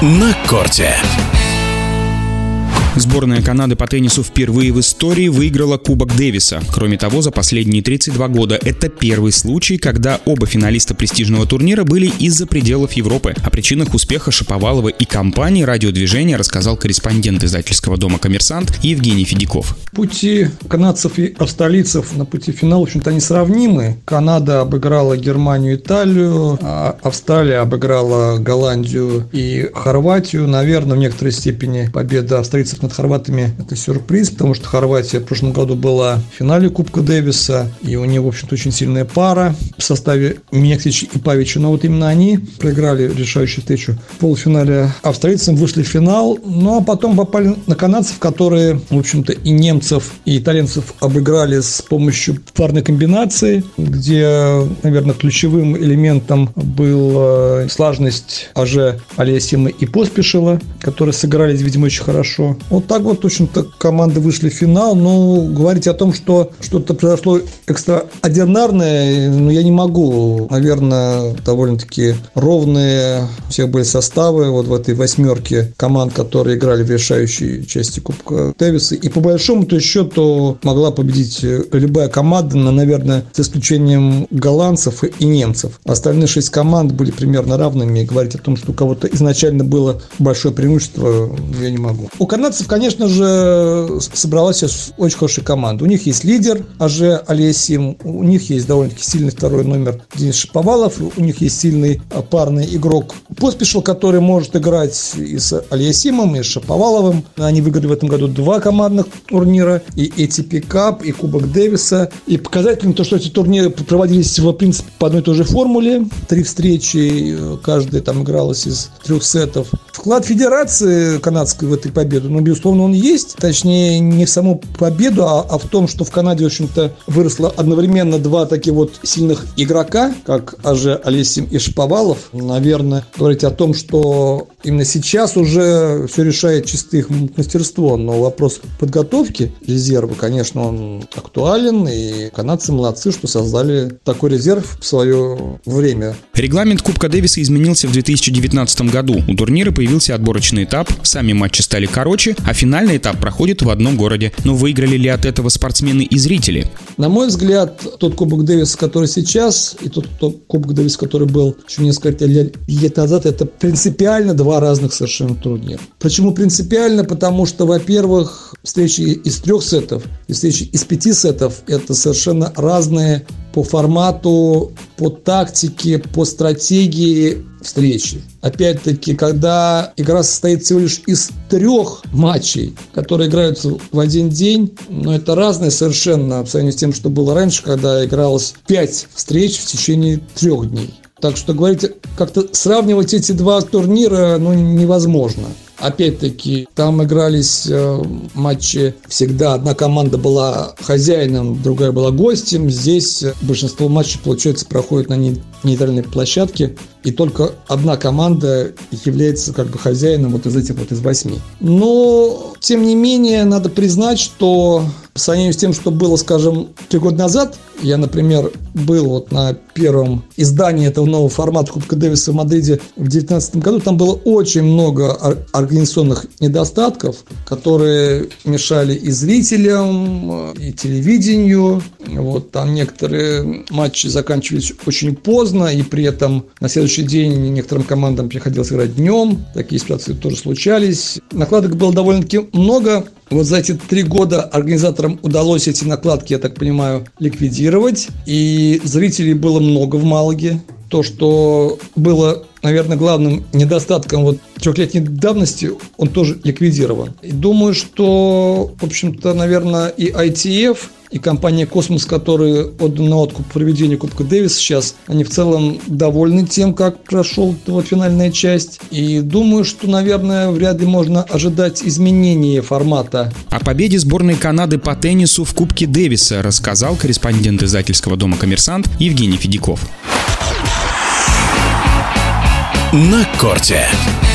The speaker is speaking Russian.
На корте. Сборная Канады по теннису впервые в истории выиграла Кубок Дэвиса. Кроме того, за последние 32 года это первый случай, когда оба финалиста престижного турнира были из-за пределов Европы. О причинах успеха Шаповалова и компании «Радиодвижение» рассказал корреспондент издательского дома «Коммерсант» Евгений Федяков. Пути канадцев и австралийцев на пути финала, в общем-то, несравнимы. Канада обыграла Германию, Италию, а Австралия обыграла Голландию и Хорватию. Наверное, в некоторой степени победа австралийцев над хорватами – это сюрприз, потому что Хорватия в прошлом году была в финале Кубка Дэвиса, и у нее, в общем-то, очень сильная пара в составе Мехтича и Павича, но вот именно они проиграли решающую встречу в полуфинале австралийцам, вышли в финал, ну а потом попали на канадцев, которые, в общем-то, и немцев, и итальянцев обыграли с помощью парной комбинации, где, наверное, ключевым элементом была сложность Алиасима и Поспишила, которые сыграли, видимо, очень хорошо. Вот так вот, в общем-то, команды вышли в финал. Но говорить о том, что что-то произошло экстраординарное, я не могу. Наверное, довольно-таки ровные у всех были составы вот в этой восьмерке команд, которые играли в решающей части Кубка Дэвиса. И по большому-то счету могла победить любая команда, наверное, за исключением голландцев и немцев. Остальные 6 команд были примерно равными. И говорить о том, что у кого-то изначально было большое преимущество, я не могу. У канадцев, конечно же, собралась сейчас очень хорошая команда. У них есть лидер Алиасим, у них есть довольно-таки сильный второй номер Денис Шаповалов, у них есть сильный парный игрок Поспишил, который может играть и с Алиасимом, и с Шаповаловым. Они выиграли в этом году 2 командных турнира, и ATP Cup, и Кубок Дэвиса. И показательно то, что эти турниры проводились, в принципе, по одной и той же формуле. 3 встречи, каждая там игралась из 3 сетов. Вклад федерации канадской в этой победе, безусловно, он есть. Точнее, не в саму победу, а в том, что в Канаде, в общем-то, выросло одновременно 2 таких вот сильных игрока, как Алиасим и Шаповалов. Наверное, говорить о том, что именно сейчас уже все решает чисто их мастерство. Но вопрос подготовки резерва, конечно, он актуален. И канадцы молодцы, что создали такой резерв в свое время. Регламент Кубка Дэвиса изменился в 2019 году. У турнира появился отборочный этап, сами матчи стали короче, а финальный этап проходит в одном городе. Но выиграли ли от этого спортсмены и зрители? На мой взгляд, тот Кубок Дэвиса, который сейчас, и тот Кубок Дэвиса, который был еще несколько лет назад, это принципиально 2 разных совершенно турнира. Почему принципиально? Потому что, во-первых, встречи из 3 сетов и встречи из 5 сетов – это совершенно разные по формату, по тактике, по стратегии встречи. Опять-таки, когда игра состоит всего лишь из 3 матчей, которые играются в один день, но это разное совершенно по сравнению с тем, что было раньше, когда игралось 5 встреч в течение 3 дней. Так что говорить, как-то сравнивать эти 2 турнира невозможно. Опять-таки, там игрались матчи всегда. Одна команда была хозяином, другая была гостем. Здесь большинство матчей, получается, проходит на нейтральной площадке. И только одна команда является как бы хозяином вот из этих вот из 8. Но, тем не менее, надо признать, что по сравнению с тем, что было, скажем, 3 года назад, я, например, был вот на первом издании этого нового формата Кубка Дэвиса в Мадриде в 2019 году. Там было очень много организационных недостатков, которые мешали и зрителям, и телевидению. Вот, там некоторые матчи заканчивались очень поздно, и при этом на следующий день некоторым командам приходилось играть днем. Такие ситуации тоже случались. Накладок было довольно-таки много. Вот за эти 3 года организаторам удалось эти накладки, я так понимаю, ликвидировать. И зрителей было много в Малаге. То, что было, наверное, главным недостатком вот 3-летней давности, он тоже ликвидирован. И думаю, что, в общем-то, наверное, и ITF, и компания «Космос», которые отданы на откуп проведению Кубка Дэвиса сейчас, они в целом довольны тем, как прошел вот финальная часть. И думаю, что, наверное, вряд ли можно ожидать изменения формата. О победе сборной Канады по теннису в Кубке Дэвиса рассказал корреспондент издательского дома «Коммерсант» Евгений Федяков. На корте.